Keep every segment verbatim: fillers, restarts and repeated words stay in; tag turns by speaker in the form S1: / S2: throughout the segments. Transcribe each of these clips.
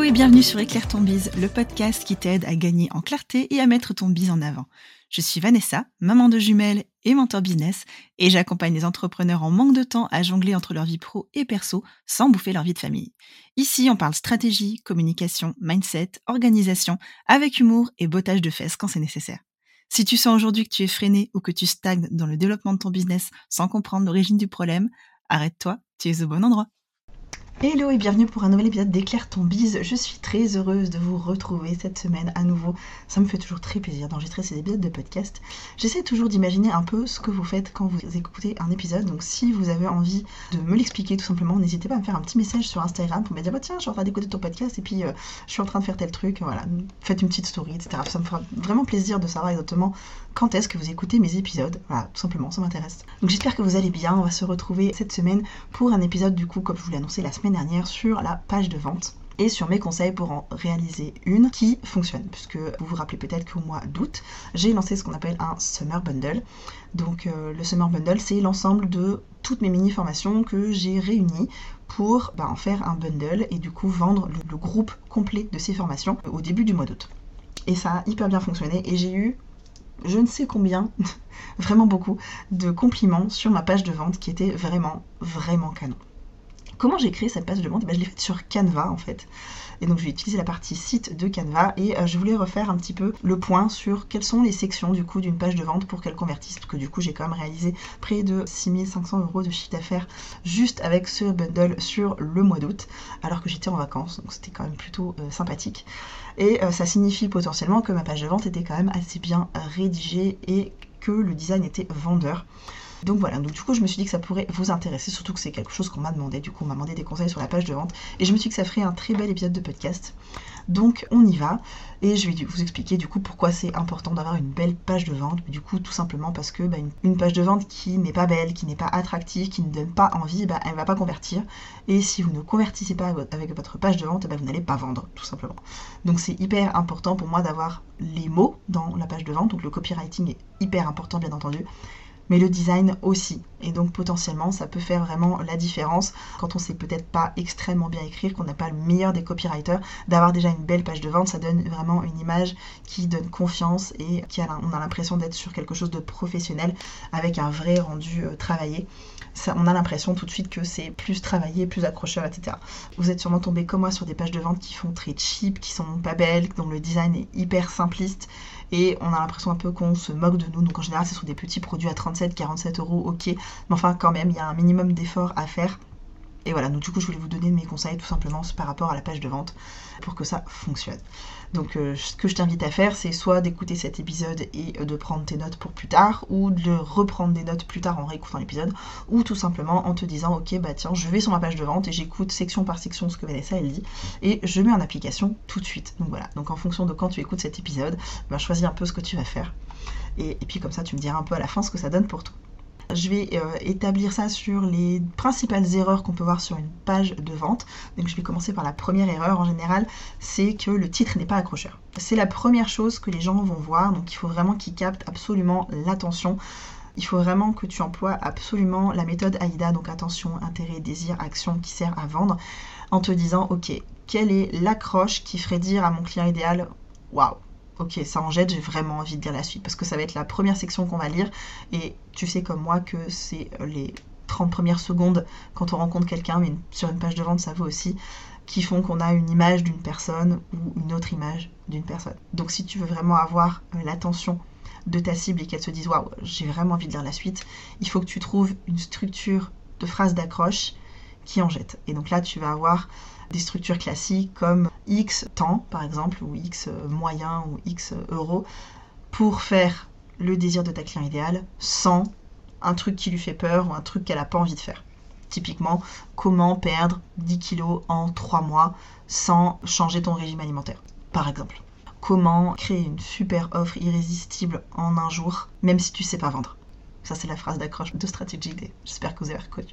S1: et bienvenue sur Éclaire ton bise, le podcast qui t'aide à gagner en clarté et à mettre ton bise en avant. Je suis Vanessa, maman de jumelles et mentor business, et j'accompagne les entrepreneurs en manque de temps à jongler entre leur vie pro et perso sans bouffer leur vie de famille. Ici, on parle stratégie, communication, mindset, organisation, avec humour et bottage de fesses quand c'est nécessaire. Si tu sens aujourd'hui que tu es freiné ou que tu stagnes dans le développement de ton business sans comprendre l'origine du problème, arrête-toi, tu es au bon endroit. Hello et bienvenue pour un nouvel épisode d'Éclaire ton bise. Je suis très heureuse de vous retrouver cette semaine à nouveau. Ça me fait toujours très plaisir d'enregistrer ces épisodes de podcast. J'essaie toujours d'imaginer un peu ce que vous faites quand vous écoutez un épisode. Donc si vous avez envie de me l'expliquer tout simplement, n'hésitez pas à me faire un petit message sur Instagram pour me dire bah, tiens, je suis en train d'écouter ton podcast et puis euh, je suis en train de faire tel truc. Voilà, faites une petite story, et cetera. Ça me fera vraiment plaisir de savoir exactement quand est-ce que vous écoutez mes épisodes. Voilà, tout simplement, ça m'intéresse. Donc j'espère que vous allez bien. On va se retrouver cette semaine pour un épisode du coup, comme je vous l'ai annoncé la semaine dernière, sur la page de vente et sur mes conseils pour en réaliser une qui fonctionne, puisque vous vous rappelez peut-être qu'au mois d'août, j'ai lancé ce qu'on appelle un Summer Bundle. Donc euh, le Summer Bundle, c'est l'ensemble de toutes mes mini-formations que j'ai réunies pour bah, en faire un bundle et du coup vendre le, le groupe complet de ces formations au début du mois d'août. Et ça a hyper bien fonctionné et j'ai eu je ne sais combien, vraiment beaucoup, de compliments sur ma page de vente qui était vraiment, vraiment canon. Comment j'ai créé cette page de vente ? Ben, je l'ai faite sur Canva en fait. Et donc je vais utiliser la partie site de Canva et euh, je voulais refaire un petit peu le point sur quelles sont les sections du coup d'une page de vente pour qu'elle convertisse. Parce que du coup j'ai quand même réalisé près de six mille cinq cents euros de chiffre d'affaires juste avec ce bundle sur le mois d'août, alors que j'étais en vacances, donc c'était quand même plutôt euh, sympathique. Et euh, ça signifie potentiellement que ma page de vente était quand même assez bien rédigée et que le design était vendeur. Donc voilà, donc du coup je me suis dit que ça pourrait vous intéresser, surtout que c'est quelque chose qu'on m'a demandé, du coup on m'a demandé des conseils sur la page de vente, et je me suis dit que ça ferait un très bel épisode de podcast. Donc on y va, et je vais vous expliquer du coup pourquoi c'est important d'avoir une belle page de vente. Du coup tout simplement parce que bah, une, une page de vente qui n'est pas belle, qui n'est pas attractive, qui ne donne pas envie, bah, elle ne va pas convertir, et si vous ne convertissez pas avec votre page de vente, bah, vous n'allez pas vendre tout simplement. Donc c'est hyper important pour moi d'avoir les mots dans la page de vente, donc le copywriting est hyper important bien entendu, mais le design aussi. Et donc potentiellement, ça peut faire vraiment la différence quand on sait peut-être pas extrêmement bien écrire, qu'on n'a pas le meilleur des copywriters, d'avoir déjà une belle page de vente, ça donne vraiment une image qui donne confiance et qui a, on a l'impression d'être sur quelque chose de professionnel avec un vrai rendu euh, travaillé. Ça, on a l'impression tout de suite que c'est plus travaillé, plus accrocheur, et cetera. Vous êtes sûrement tombé comme moi sur des pages de vente qui font très cheap, qui sont pas belles, dont le design est hyper simpliste et on a l'impression un peu qu'on se moque de nous. Donc en général, ce sont des petits produits à trente-sept, quarante-sept euros, ok, mais enfin quand même, il y a un minimum d'effort à faire. Et voilà, donc du coup, je voulais vous donner mes conseils tout simplement par rapport à la page de vente pour que ça fonctionne. Donc euh, ce que je t'invite à faire, c'est soit d'écouter cet épisode et de prendre tes notes pour plus tard, ou de reprendre des notes plus tard en réécoutant l'épisode, ou tout simplement en te disant ok bah tiens, je vais sur ma page de vente et j'écoute section par section ce que Vanessa elle dit et je mets en application tout de suite. Donc voilà, donc en fonction de quand tu écoutes cet épisode, bah, choisis un peu ce que tu vas faire et, et puis comme ça tu me diras un peu à la fin ce que ça donne pour toi. Je vais euh, établir ça sur les principales erreurs qu'on peut voir sur une page de vente. Donc je vais commencer par la première erreur en général, c'est que le titre n'est pas accrocheur. C'est la première chose que les gens vont voir, donc il faut vraiment qu'ils captent absolument l'attention. Il faut vraiment que tu emploies absolument la méthode AIDA, donc attention, intérêt, désir, action, qui sert à vendre, en te disant ok, quelle est l'accroche qui ferait dire à mon client idéal waouh, ok, ça en jette, j'ai vraiment envie de lire la suite, parce que ça va être la première section qu'on va lire, et tu sais comme moi que c'est les trente premières secondes quand on rencontre quelqu'un, mais sur une page de vente ça vaut aussi, qui font qu'on a une image d'une personne ou une autre image d'une personne. Donc si tu veux vraiment avoir l'attention de ta cible et qu'elle se dise waouh, j'ai vraiment envie de lire la suite, il faut que tu trouves une structure de phrase d'accroche qui en jette. Et donc là tu vas avoir des structures classiques comme X temps par exemple, ou X moyen, ou X euros, pour faire le désir de ta client idéale sans un truc qui lui fait peur ou un truc qu'elle n'a pas envie de faire. Typiquement, comment perdre dix kilos en trois mois sans changer ton régime alimentaire, par exemple. Comment créer une super offre irrésistible en un jour, même si tu sais pas vendre. Ça, c'est la phrase d'accroche de Strategy Day. J'espère que vous avez reconnu.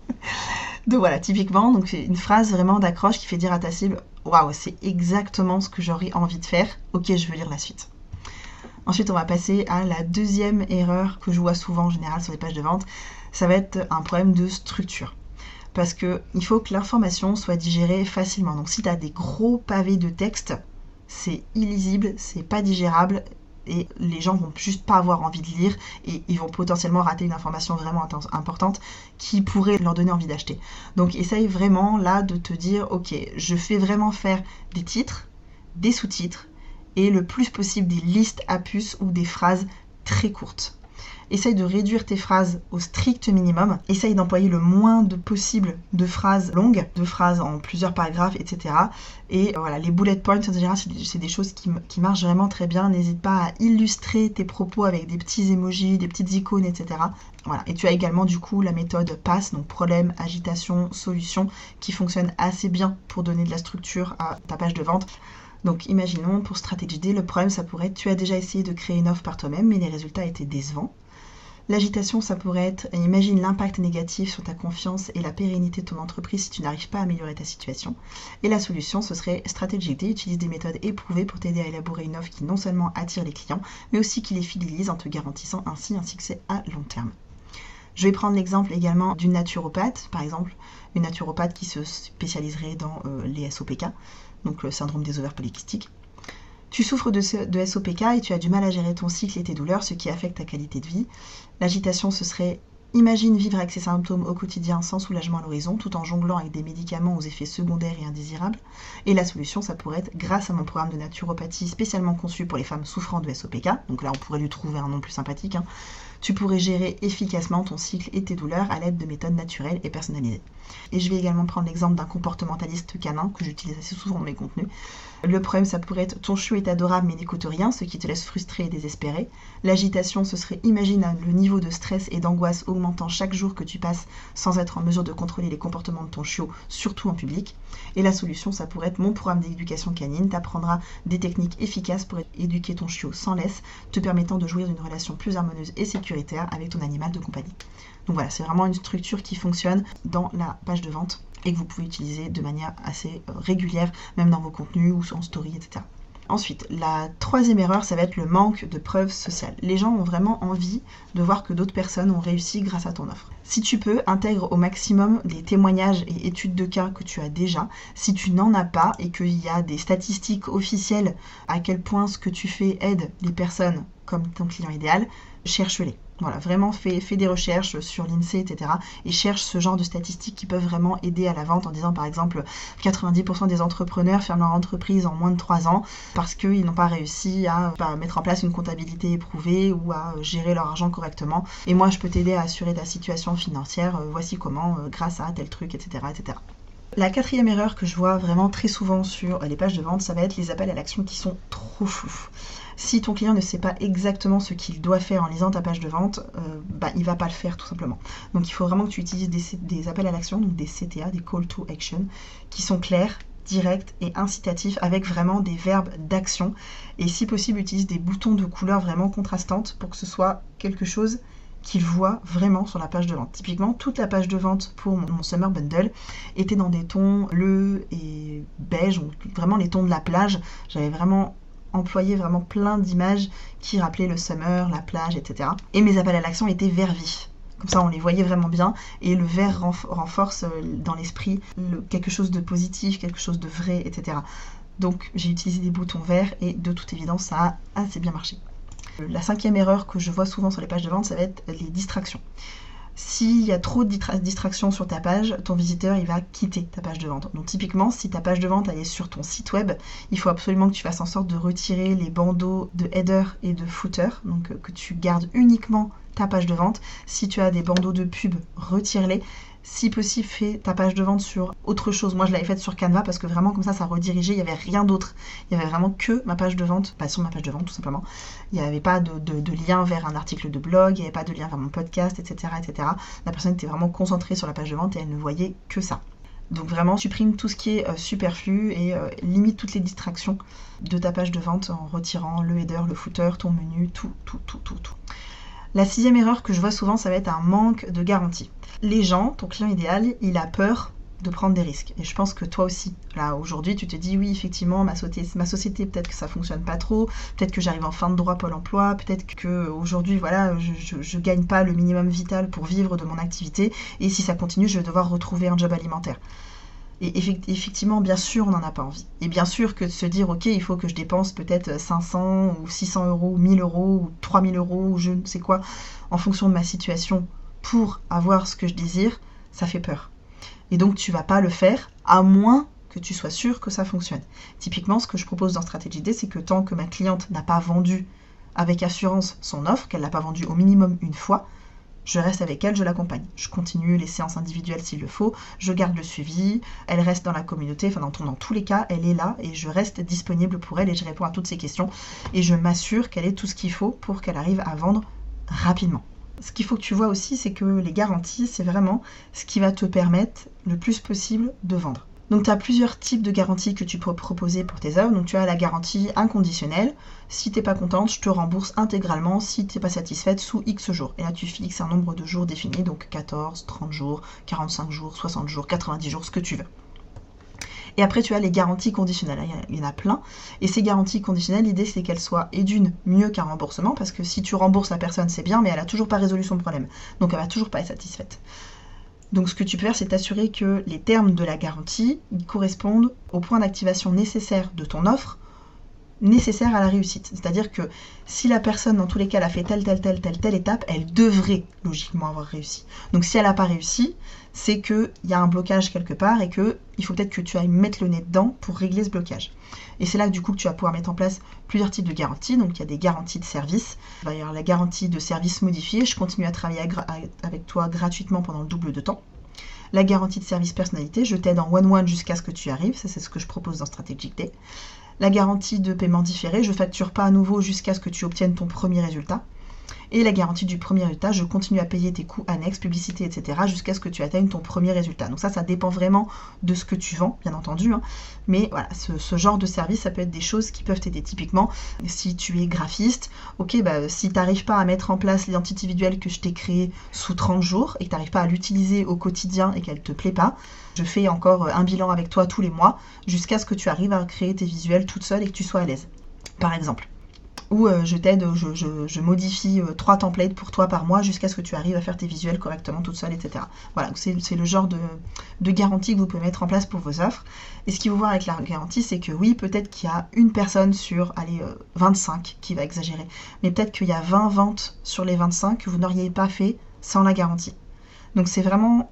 S1: Donc voilà, typiquement, donc c'est une phrase vraiment d'accroche qui fait dire à ta cible « Waouh, c'est exactement ce que j'aurais envie de faire. Ok, je veux lire la suite. » Ensuite, on va passer à la deuxième erreur que je vois souvent en général sur les pages de vente. Ça va être un problème de structure. parce qu'il faut que l'information soit digérée facilement. Donc si tu as des gros pavés de texte, c'est illisible, c'est pas digérable, et les gens vont juste pas avoir envie de lire, et ils vont potentiellement rater une information vraiment importante qui pourrait leur donner envie d'acheter. Donc essaye vraiment là de te dire, ok, je fais vraiment faire des titres, des sous-titres, et le plus possible des listes à puces ou des phrases très courtes. Essaye de réduire tes phrases au strict minimum. Essaye d'employer le moins de possible de phrases longues, de phrases en plusieurs paragraphes, et cetera. Et voilà, les bullet points, en général, c'est des, c'est des choses qui, qui marchent vraiment très bien. N'hésite pas à illustrer tes propos avec des petits emojis, des petites icônes, et cetera. Voilà. Et tu as également du coup la méthode PASS, donc problème, agitation, solution, qui fonctionne assez bien pour donner de la structure à ta page de vente. Donc imaginons pour Strategy Day, le problème ça pourrait être tu as déjà essayé de créer une offre par toi-même mais les résultats étaient décevants. L'agitation ça pourrait être imagine l'impact négatif sur ta confiance et la pérennité de ton entreprise si tu n'arrives pas à améliorer ta situation. Et la solution ce serait Strategy Day, utilise des méthodes éprouvées pour t'aider à élaborer une offre qui non seulement attire les clients mais aussi qui les fidélise en te garantissant ainsi un succès à long terme. Je vais prendre l'exemple également d'une naturopathe, par exemple une naturopathe qui se spécialiserait dans euh, les S O P K, donc le syndrome des ovaires polykystiques. Tu souffres de, ce, de S O P K et tu as du mal à gérer ton cycle et tes douleurs, ce qui affecte ta qualité de vie. L'agitation, ce serait imagine vivre avec ces symptômes au quotidien sans soulagement à l'horizon, tout en jonglant avec des médicaments aux effets secondaires et indésirables. Et la solution, ça pourrait être grâce à mon programme de naturopathie spécialement conçu pour les femmes souffrant de S O P K, donc là on pourrait lui trouver un nom plus sympathique, hein. Tu pourrais gérer efficacement ton cycle et tes douleurs à l'aide de méthodes naturelles et personnalisées. Et je vais également prendre l'exemple d'un comportementaliste canin que j'utilise assez souvent dans mes contenus. Le problème, ça pourrait être ton chiot est adorable mais n'écoute rien, ce qui te laisse frustré et désespéré. L'agitation, ce serait imagine le niveau de stress et d'angoisse augmentant chaque jour que tu passes sans être en mesure de contrôler les comportements de ton chiot, surtout en public. Et la solution, ça pourrait être mon programme d'éducation canine, t'apprendra des techniques efficaces pour éduquer ton chiot sans laisse, te permettant de jouir d'une relation plus harmonieuse et sécuritaire avec ton animal de compagnie. Donc voilà, c'est vraiment une structure qui fonctionne dans la page de vente et que vous pouvez utiliser de manière assez régulière, même dans vos contenus ou en story, et cetera. Ensuite, la troisième erreur, ça va être le manque de preuves sociales. Les gens ont vraiment envie de voir que d'autres personnes ont réussi grâce à ton offre. Si tu peux, intègre au maximum les témoignages et études de cas que tu as déjà. Si tu n'en as pas et qu'il y a des statistiques officielles à quel point ce que tu fais aide les personnes comme ton client idéal, cherche-les. Voilà, vraiment fais, fais des recherches sur l'INSEE, et cetera. Et cherche ce genre de statistiques qui peuvent vraiment aider à la vente en disant par exemple quatre-vingt-dix pour cent des entrepreneurs ferment leur entreprise en moins de trois ans parce qu'ils n'ont pas réussi à, à mettre en place une comptabilité éprouvée ou à gérer leur argent correctement. Et moi je peux t'aider à assurer ta situation financière, euh, voici comment, euh, grâce à tel truc, et cetera, et cetera. La quatrième erreur que je vois vraiment très souvent sur les pages de vente, ça va être les appels à l'action qui sont trop flous. Si ton client ne sait pas exactement ce qu'il doit faire en lisant ta page de vente, euh, bah, il ne va pas le faire tout simplement. Donc il faut vraiment que tu utilises des, des appels à l'action, donc des C T A, des Call to Action, qui sont clairs, directs et incitatifs avec vraiment des verbes d'action. Et si possible, utilise des boutons de couleurs vraiment contrastantes pour que ce soit quelque chose qu'il voit vraiment sur la page de vente. Typiquement, toute la page de vente pour mon, mon Summer Bundle était dans des tons bleu et beige, vraiment les tons de la plage. J'avais vraiment employé vraiment plein d'images qui rappelaient le summer, la plage, et cetera. Et mes appels à l'action étaient vert vif. Comme ça, on les voyait vraiment bien. Et le vert renf- renforce dans l'esprit le, quelque chose de positif, quelque chose de vrai, et cetera. Donc, j'ai utilisé des boutons verts et de toute évidence, ça a assez bien marché. La cinquième erreur que je vois souvent sur les pages de vente, ça va être les distractions. S'il y a trop de distra- distractions sur ta page, ton visiteur il va quitter ta page de vente. Donc typiquement, si ta page de vente elle est sur ton site web, il faut absolument que tu fasses en sorte de retirer les bandeaux de header et de footer, donc euh, que tu gardes uniquement ta page de vente. Si tu as des bandeaux de pub, retire-les. Si possible, fais ta page de vente sur autre chose. Moi, je l'avais faite sur Canva parce que vraiment, comme ça, ça redirigeait. Il n'y avait rien d'autre. Il n'y avait vraiment que ma page de vente, pas sur ma page de vente, tout simplement. Il n'y avait pas de, de, de lien vers un article de blog, il n'y avait pas de lien vers mon podcast, et cetera, et cetera. La personne était vraiment concentrée sur la page de vente et elle ne voyait que ça. Donc vraiment, supprime tout ce qui est euh, superflu et euh, limite toutes les distractions de ta page de vente en retirant le header, le footer, ton menu, tout, tout, tout, tout, tout. La sixième erreur que je vois souvent, ça va être un manque de garantie. Les gens, ton client idéal, il a peur de prendre des risques. Et je pense que toi aussi, là, aujourd'hui, tu te dis, oui, effectivement, ma société, ma société peut-être que ça fonctionne pas trop, peut-être que j'arrive en fin de droit Pôle emploi, peut-être que aujourd'hui, voilà, je, je, je gagne pas le minimum vital pour vivre de mon activité, et si ça continue, je vais devoir retrouver un job alimentaire. Et effectivement, bien sûr, on n'en a pas envie. Et bien sûr que de se dire, ok, il faut que je dépense peut-être cinq cents ou six cents euros, ou mille euros, ou trois mille euros, ou je ne sais quoi, en fonction de ma situation, pour avoir ce que je désire, ça fait peur. Et donc, tu vas pas le faire, à moins que tu sois sûr que ça fonctionne. Typiquement, ce que je propose dans Stratégie D, c'est que tant que ma cliente n'a pas vendu avec assurance son offre, qu'elle l'a pas vendue au minimum une fois, je reste avec elle, je l'accompagne. Je continue les séances individuelles s'il le faut, je garde le suivi, elle reste dans la communauté, enfin dans, dans tous les cas, elle est là et je reste disponible pour elle et je réponds à toutes ses questions et je m'assure qu'elle ait tout ce qu'il faut pour qu'elle arrive à vendre rapidement. Ce qu'il faut que tu vois aussi, c'est que les garanties, c'est vraiment ce qui va te permettre le plus possible de vendre. Donc tu as plusieurs types de garanties que tu peux proposer pour tes œuvres. Donc tu as la garantie inconditionnelle. Si tu n'es pas contente, je te rembourse intégralement si tu n'es pas satisfaite sous X jours. Et là tu fixes un nombre de jours défini, donc quatorze, trente jours, quarante-cinq jours, soixante jours, quatre-vingt-dix jours, ce que tu veux. Et après, tu as les garanties conditionnelles. Il y en a plein. Et ces garanties conditionnelles, l'idée, c'est qu'elles soient, et d'une, mieux qu'un remboursement, parce que si tu rembourses la personne, c'est bien, mais elle n'a toujours pas résolu son problème. Donc, elle va toujours pas être satisfaite. Donc, ce que tu peux faire, c'est t'assurer que les termes de la garantie ils correspondent au point d'activation nécessaire de ton offre, nécessaire à la réussite. C'est-à-dire que si la personne, dans tous les cas, elle a fait telle, telle, telle, telle, telle étape, elle devrait logiquement avoir réussi. Donc, si elle n'a pas réussi, c'est qu'il y a un blocage quelque part et qu'il faut peut-être que tu ailles mettre le nez dedans pour régler ce blocage. Et c'est là du coup que tu vas pouvoir mettre en place plusieurs types de garanties. Donc il y a des garanties de service. Il va y avoir la garantie de service modifié. Je continue à travailler avec toi gratuitement pendant le double de temps. La garantie de service personnalité. Je t'aide en one-one jusqu'à ce que tu y arrives. Ça, c'est ce que je propose dans Strategic Day. La garantie de paiement différé. Je ne facture pas à nouveau jusqu'à ce que tu obtiennes ton premier résultat. Et la garantie du premier résultat, je continue à payer tes coûts annexes, publicité, et cetera jusqu'à ce que tu atteignes ton premier résultat. Donc ça, ça dépend vraiment de ce que tu vends, bien entendu. Hein. Mais voilà, ce, ce genre de service, ça peut être des choses qui peuvent t'aider. Typiquement, si tu es graphiste, ok, bah, si tu n'arrives pas à mettre en place l'identité visuelle que je t'ai créée sous trente jours et que tu n'arrives pas à l'utiliser au quotidien et qu'elle ne te plaît pas, je fais encore un bilan avec toi tous les mois jusqu'à ce que tu arrives à créer tes visuels toute seule et que tu sois à l'aise, par exemple. Ou euh, je t'aide, je, je, je modifie euh, trois templates pour toi par mois jusqu'à ce que tu arrives à faire tes visuels correctement toute seule, et cetera. Voilà, c'est, c'est le genre de, de garantie que vous pouvez mettre en place pour vos offres. Et ce qu'il faut voir avec la garantie, c'est que oui, peut-être qu'il y a une personne sur, allez, euh, vingt-cinq qui va exagérer. Mais peut-être qu'il y a vingt ventes sur les vingt-cinq que vous n'auriez pas fait sans la garantie. Donc c'est vraiment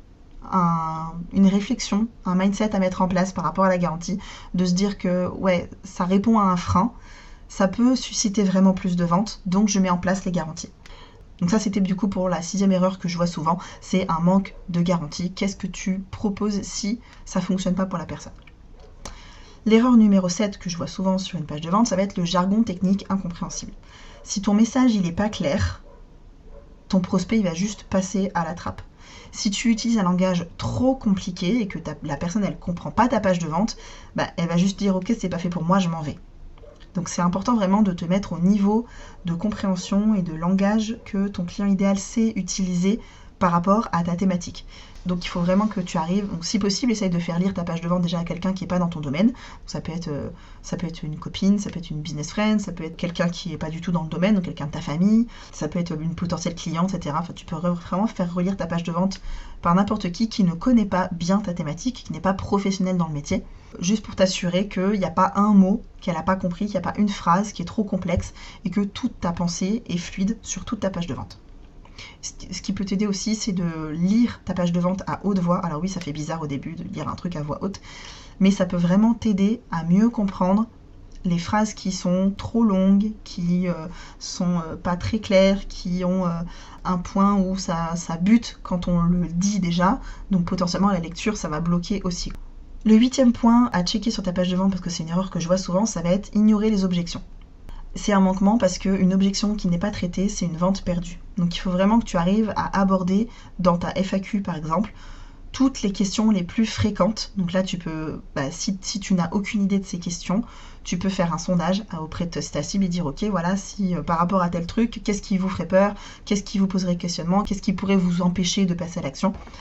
S1: un, une réflexion, un mindset à mettre en place par rapport à la garantie, de se dire que ouais, ça répond à un frein, ça peut susciter vraiment plus de ventes, donc je mets en place les garanties. Donc ça, c'était du coup pour la sixième erreur que je vois souvent, c'est un manque de garantie. Qu'est-ce que tu proposes si ça ne fonctionne pas pour la personne? L'erreur numéro sept que je vois souvent sur une page de vente, ça va être le jargon technique incompréhensible. Si ton message il n'est pas clair, ton prospect il va juste passer à la trappe. Si tu utilises un langage trop compliqué et que ta, la personne elle comprend pas ta page de vente, bah, elle va juste dire ok, c'est pas fait pour moi, je m'en vais. Donc c'est important vraiment de te mettre au niveau de compréhension et de langage que ton client idéal sait utiliser par rapport à ta thématique. Donc il faut vraiment que tu arrives, donc si possible, essaye de faire lire ta page de vente déjà à quelqu'un qui n'est pas dans ton domaine. Donc, ça peut être, euh, ça peut être une copine, ça peut être une business friend, ça peut être quelqu'un qui n'est pas du tout dans le domaine, donc quelqu'un de ta famille, ça peut être une potentielle cliente, et cetera. Enfin, tu peux vraiment faire relire ta page de vente par n'importe qui qui ne connaît pas bien ta thématique, qui n'est pas professionnel dans le métier, juste pour t'assurer qu'il n'y a pas un mot qu'elle n'a pas compris, qu'il n'y a pas une phrase qui est trop complexe et que toute ta pensée est fluide sur toute ta page de vente. Ce qui peut t'aider aussi, c'est de lire ta page de vente à haute voix. Alors oui, ça fait bizarre au début de lire un truc à voix haute, mais ça peut vraiment t'aider à mieux comprendre les phrases qui sont trop longues, qui euh, sont euh, pas très claires, qui ont euh, un point où ça, ça bute quand on le dit déjà. Donc potentiellement, la lecture, ça va bloquer aussi. Le huitième point à checker sur ta page de vente, parce que c'est une erreur que je vois souvent, ça va être ignorer les objections. C'est un manquement parce qu'une objection qui n'est pas traitée, c'est une vente perdue. Donc il faut vraiment que tu arrives à aborder dans ta F A Q par exemple, toutes les questions les plus fréquentes. Donc là, tu peux, bah, si, si tu n'as aucune idée de ces questions, tu peux faire un sondage auprès de ta cible et dire ok, voilà, si euh, par rapport à tel truc, qu'est-ce qui vous ferait peur, qu'est-ce qui vous poserait questionnement, qu'est-ce qui pourrait vous empêcher de passer à l'action.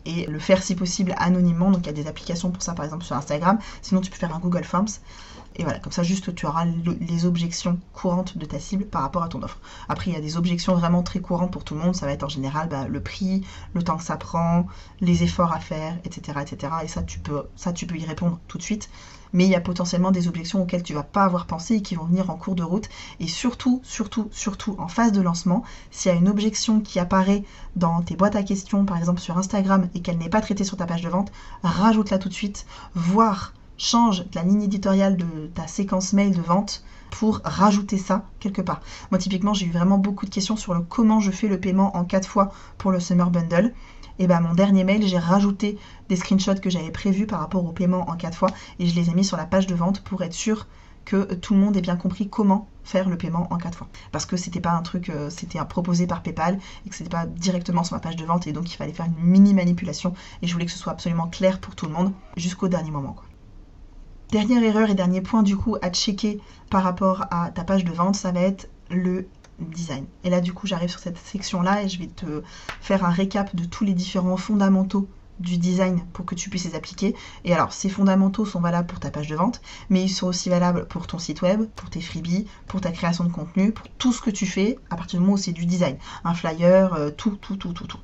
S1: et le faire si possible anonymement. Donc il y a des applications pour ça, par exemple sur Instagram. Sinon tu peux faire un Google Forms. Et voilà, comme ça juste tu auras les objections courantes de ta cible par rapport à ton offre. Après il y a des objections vraiment très courantes pour tout le monde, ça va être en général bah, le prix, le temps que ça prend, les efforts à faire, et cetera et cetera. Et ça tu peux, ça tu peux y répondre tout de suite. Mais il y a potentiellement des objections auxquelles tu vas pas avoir pensé et qui vont venir en cours de route. Et surtout, surtout, surtout en phase de lancement, s'il y a une objection qui apparaît dans tes boîtes à questions, par exemple sur Instagram, et qu'elle n'est pas traitée sur ta page de vente, rajoute-la tout de suite, voire change la ligne éditoriale de ta séquence mail de vente pour rajouter ça quelque part. Moi typiquement j'ai eu vraiment beaucoup de questions sur le comment je fais le paiement en quatre fois pour le Summer Bundle. Et ben mon dernier mail, j'ai rajouté des screenshots que j'avais prévus par rapport au paiement en quatre fois et je les ai mis sur la page de vente pour être sûr que tout le monde ait bien compris comment faire le paiement en quatre fois. Parce que c'était pas un truc, euh, c'était un proposé par PayPal et que c'était pas directement sur ma page de vente et donc il fallait faire une mini manipulation et je voulais que ce soit absolument clair pour tout le monde jusqu'au dernier moment, quoi. Dernière erreur et dernier point du coup à checker par rapport à ta page de vente, ça va être le design. Et là du coup j'arrive sur cette section là et je vais te faire un récap de tous les différents fondamentaux du design pour que tu puisses les appliquer. Et alors ces fondamentaux sont valables pour ta page de vente, mais ils sont aussi valables pour ton site web, pour tes freebies, pour ta création de contenu, pour tout ce que tu fais à partir du moment où c'est du design. Un flyer, euh, tout, tout, tout, tout, tout.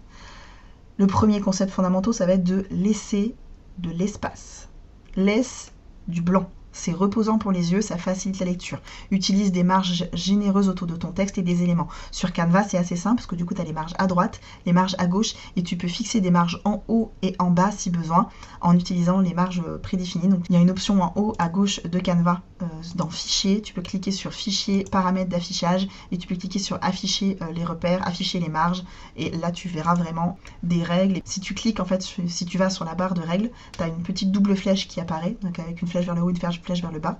S1: Le premier concept fondamental, ça va être de laisser de l'espace. Laisse du blanc. C'est reposant pour les yeux, ça facilite la lecture. Utilise des marges généreuses autour de ton texte et des éléments. Sur Canva, c'est assez simple parce que du coup, tu as les marges à droite, les marges à gauche et tu peux fixer des marges en haut et en bas si besoin en utilisant les marges prédéfinies. Donc, il y a une option en haut à gauche de Canva euh, dans Fichier. Tu peux cliquer sur Fichier, Paramètres d'affichage et tu peux cliquer sur Afficher euh, les repères, Afficher les marges et là, tu verras vraiment des règles. Et si tu cliques, en fait, si tu vas sur la barre de règles, tu as une petite double flèche qui apparaît, donc avec une flèche vers le haut et une flèche flèche vers le bas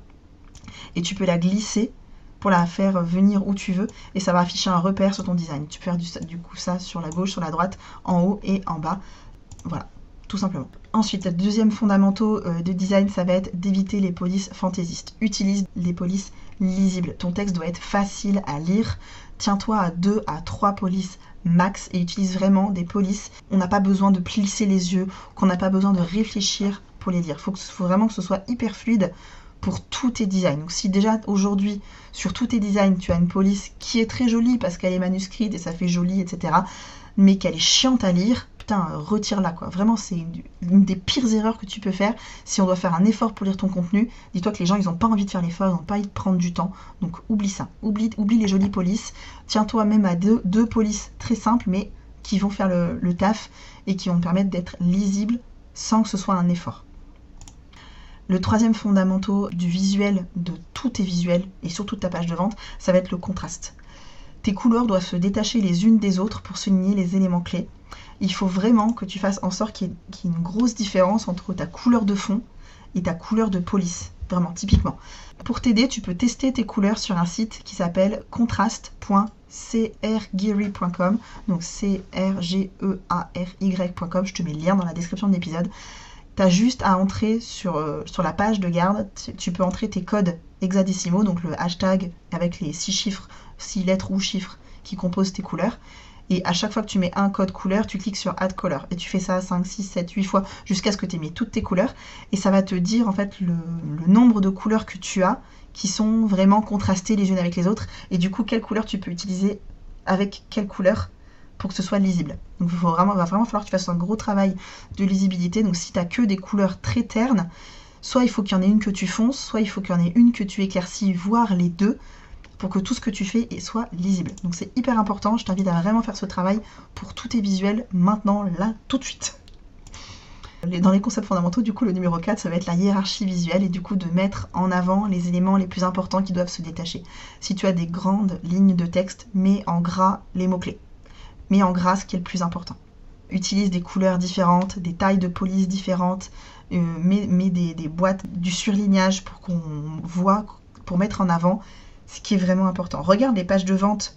S1: et tu peux la glisser pour la faire venir où tu veux et ça va afficher un repère sur ton design. Tu peux faire du, du coup ça sur la gauche, sur la droite, en haut et en bas. Voilà, tout simplement. Ensuite, le deuxième fondamental de design, ça va être d'éviter les polices fantaisistes. Utilise les polices lisibles. Ton texte doit être facile à lire. Tiens-toi à deux à trois polices max et utilise vraiment des polices. On n'a pas besoin de plisser les yeux, qu'on n'a pas besoin de réfléchir pour les lire. Il faut, faut vraiment que ce soit hyper fluide pour tous tes designs. Donc si déjà aujourd'hui sur tous tes designs tu as une police qui est très jolie parce qu'elle est manuscrite et ça fait joli, et cetera, mais qu'elle est chiante à lire, putain, retire-la quoi. Vraiment, c'est une, une des pires erreurs que tu peux faire si on doit faire un effort pour lire ton contenu. Dis-toi que les gens, ils n'ont pas envie de faire l'effort, ils n'ont pas envie de prendre du temps. Donc oublie ça. Oublie, oublie les jolies polices. Tiens-toi même à deux, deux polices très simples, mais qui vont faire le, le taf et qui vont te permettre d'être lisible sans que ce soit un effort. Le troisième fondamental du visuel, de tous tes visuels et surtout de ta page de vente, ça va être le contraste. Tes couleurs doivent se détacher les unes des autres pour souligner les éléments clés. Il faut vraiment que tu fasses en sorte qu'il y ait, qu'il y ait une grosse différence entre ta couleur de fond et ta couleur de police. Vraiment, typiquement. Pour t'aider, tu peux tester tes couleurs sur un site qui s'appelle contrast point c r geary point com. Donc C R G E A R Y point com. Je te mets le lien dans la description de l'épisode. Tu as juste à entrer sur, euh, sur la page de garde, tu peux entrer tes codes hexadécimaux, donc le hashtag avec les six chiffres, six lettres ou chiffres qui composent tes couleurs. Et à chaque fois que tu mets un code couleur, tu cliques sur Add Color. Et tu fais ça cinq, six, sept, huit fois jusqu'à ce que tu aies mis toutes tes couleurs. Et ça va te dire en fait le, le nombre de couleurs que tu as qui sont vraiment contrastées les unes avec les autres. Et du coup, quelle couleur tu peux utiliser avec quelle couleur pour que ce soit lisible. Donc il faut vraiment, va vraiment falloir que tu fasses un gros travail de lisibilité. Donc si tu n'as que des couleurs très ternes, soit il faut qu'il y en ait une que tu fonces, soit il faut qu'il y en ait une que tu éclaircis, voire les deux, pour que tout ce que tu fais soit lisible. Donc c'est hyper important, je t'invite à vraiment faire ce travail pour tous tes visuels, maintenant, là, tout de suite. Dans les concepts fondamentaux, du coup, le numéro quatre, ça va être la hiérarchie visuelle et du coup de mettre en avant les éléments les plus importants qui doivent se détacher. Si tu as des grandes lignes de texte, mets en gras les mots-clés. Mets en gras ce qui est le plus important. Utilise des couleurs différentes, des tailles de police différentes, euh, mets, mets des, des boîtes, du surlignage pour qu'on voit, pour mettre en avant ce qui est vraiment important. Regarde les pages de vente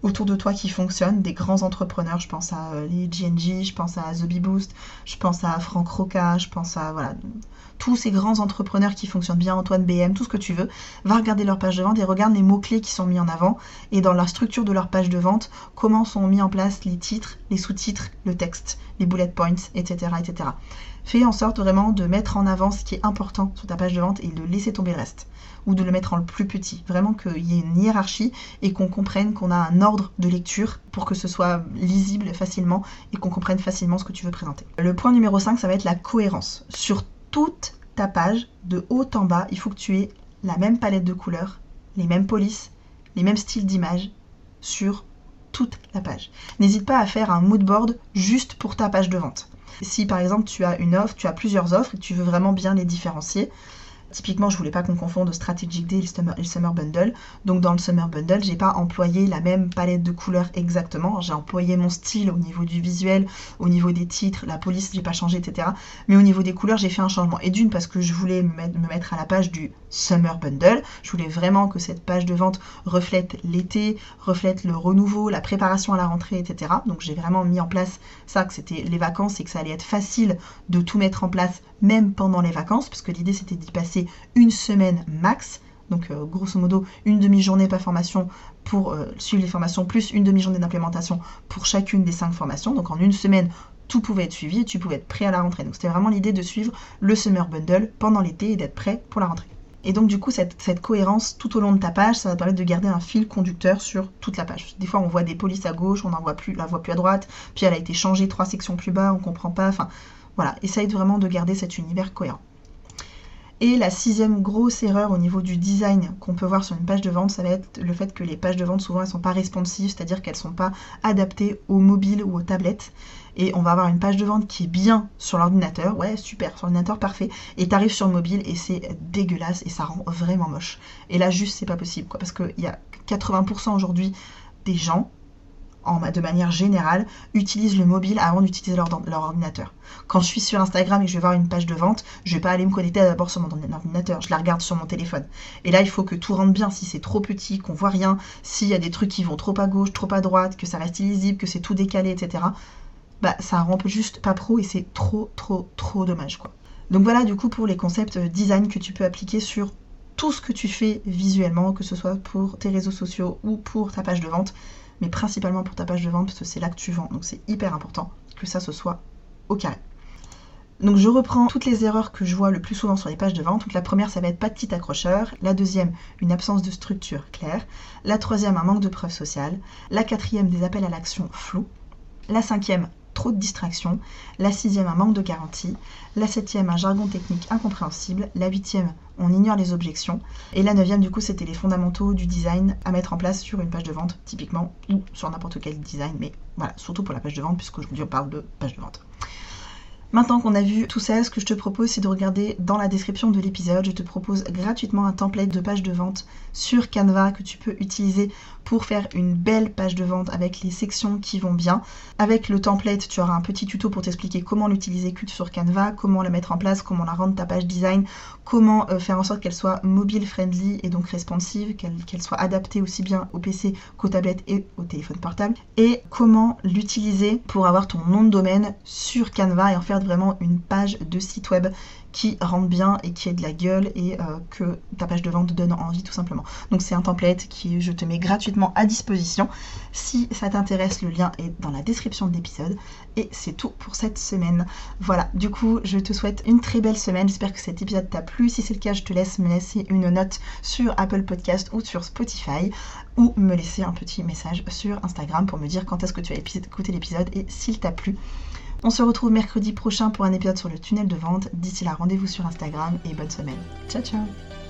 S1: autour de toi qui fonctionnent, des grands entrepreneurs, je pense à euh, les G N G, je pense à The Bee Boost, je pense à Franck Roca, je pense à voilà, tous ces grands entrepreneurs qui fonctionnent bien, Antoine B M, tout ce que tu veux, va regarder leur page de vente et regarde les mots-clés qui sont mis en avant et dans la structure de leur page de vente, comment sont mis en place les titres, les sous-titres, le texte, les bullet points, et cetera et cetera. Fais en sorte vraiment de mettre en avant ce qui est important sur ta page de vente et de laisser tomber le reste. Ou de le mettre en le plus petit. Vraiment qu'il y ait une hiérarchie et qu'on comprenne qu'on a un ordre de lecture pour que ce soit lisible facilement et qu'on comprenne facilement ce que tu veux présenter. Le point numéro cinq, ça va être la cohérence. Sur toute ta page, de haut en bas, il faut que tu aies la même palette de couleurs, les mêmes polices, les mêmes styles d'image sur toute la page. N'hésite pas à faire un mood board juste pour ta page de vente. Si par exemple tu as une offre, tu as plusieurs offres et que tu veux vraiment bien les différencier, typiquement, je voulais pas qu'on confonde Strategic Day et le Summer, et le Summer Bundle. Donc dans le Summer Bundle, j'ai pas employé la même palette de couleurs exactement. J'ai employé mon style au niveau du visuel, au niveau des titres, la police, j'ai pas changé, et cetera. Mais au niveau des couleurs, j'ai fait un changement. Et d'une, parce que je voulais me mettre, me mettre à la page du Summer Bundle. Je voulais vraiment que cette page de vente reflète l'été, reflète le renouveau, la préparation à la rentrée, et cetera. Donc j'ai vraiment mis en place ça, que c'était les vacances et que ça allait être facile de tout mettre en place, même pendant les vacances, parce que l'idée c'était d'y passer une semaine max, donc euh, grosso modo une demi-journée par formation pour euh, suivre les formations, plus une demi-journée d'implémentation pour chacune des cinq formations. Donc en une semaine, tout pouvait être suivi et tu pouvais être prêt à la rentrée. Donc c'était vraiment l'idée de suivre le Summer Bundle pendant l'été et d'être prêt pour la rentrée. Et donc du coup, cette, cette cohérence tout au long de ta page, ça va te permettre de garder un fil conducteur sur toute la page. Des fois, on voit des polices à gauche, on n'en voit plus, la voit plus à droite, puis elle a été changée trois sections plus bas, on comprend pas, enfin voilà, essaye vraiment de garder cet univers cohérent. Et la sixième grosse erreur au niveau du design qu'on peut voir sur une page de vente, ça va être le fait que les pages de vente, souvent, elles ne sont pas responsives, c'est-à-dire qu'elles ne sont pas adaptées aux mobiles ou aux tablettes. Et on va avoir une page de vente qui est bien sur l'ordinateur, ouais, super, sur l'ordinateur, parfait. Et tu arrives sur le mobile et c'est dégueulasse et ça rend vraiment moche. Et là, juste, c'est pas possible, quoi, parce qu'il y a quatre-vingts pour cent aujourd'hui des gens, En, de manière générale, utilisent le mobile avant d'utiliser leur, leur ordinateur. Quand je suis sur Instagram et que je vais voir une page de vente, je vais pas aller me connecter d'abord sur mon ordinateur, je la regarde sur mon téléphone. Et là, il faut que tout rentre bien. Si c'est trop petit, qu'on voit rien, s'il y a des trucs qui vont trop à gauche, trop à droite, que ça reste illisible, que c'est tout décalé, et cetera, bah ça rend juste pas pro et c'est trop, trop, trop dommage, quoi. Donc voilà, du coup, pour les concepts design que tu peux appliquer sur tout ce que tu fais visuellement, que ce soit pour tes réseaux sociaux ou pour ta page de vente, mais principalement pour ta page de vente parce que c'est là que tu vends, donc c'est hyper important que ça se soit au carré. Donc je reprends toutes les erreurs que je vois le plus souvent sur les pages de vente. Donc la première, ça va être pas de petit accrocheur. La deuxième, une absence de structure claire. La troisième, un manque de preuve sociale. La quatrième, des appels à l'action flous. La cinquième, trop de distractions. La sixième, un manque de garantie. La septième, un jargon technique incompréhensible. La huitième, on ignore les objections. Et la neuvième, du coup, c'était les fondamentaux du design à mettre en place sur une page de vente, typiquement, ou sur n'importe quel design, mais voilà, surtout pour la page de vente, puisqu'aujourd'hui on parle de page de vente. Maintenant qu'on a vu tout ça, ce que je te propose, c'est de regarder dans la description de l'épisode. Je te propose gratuitement un template de page de vente sur Canva que tu peux utiliser pour faire une belle page de vente avec les sections qui vont bien. Avec le template, tu auras un petit tuto pour t'expliquer comment l'utiliser sur Canva, comment la mettre en place, comment la rendre ta page design, comment euh, faire en sorte qu'elle soit mobile friendly et donc responsive, qu'elle qu'elle soit adaptée aussi bien au P C qu'aux tablettes et au téléphone portable, et comment l'utiliser pour avoir ton nom de domaine sur Canva et en faire vraiment une page de site web qui rentre bien et qui ait de la gueule et euh, que ta page de vente donne envie tout simplement. Donc c'est un template qui je te mets gratuitement à disposition. Si ça t'intéresse, le lien est dans la description de l'épisode. Et c'est tout pour cette semaine. Voilà, du coup je te souhaite une très belle semaine. J'espère que cet épisode t'a plu. Si c'est le cas, je te laisse me laisser une note sur Apple Podcast ou sur Spotify, ou me laisser un petit message sur Instagram pour me dire quand est-ce que tu as écouté l'épisode et s'il t'a plu. On se retrouve mercredi prochain pour un épisode sur le tunnel de vente. D'ici là, rendez-vous sur Instagram et bonne semaine. Ciao, ciao!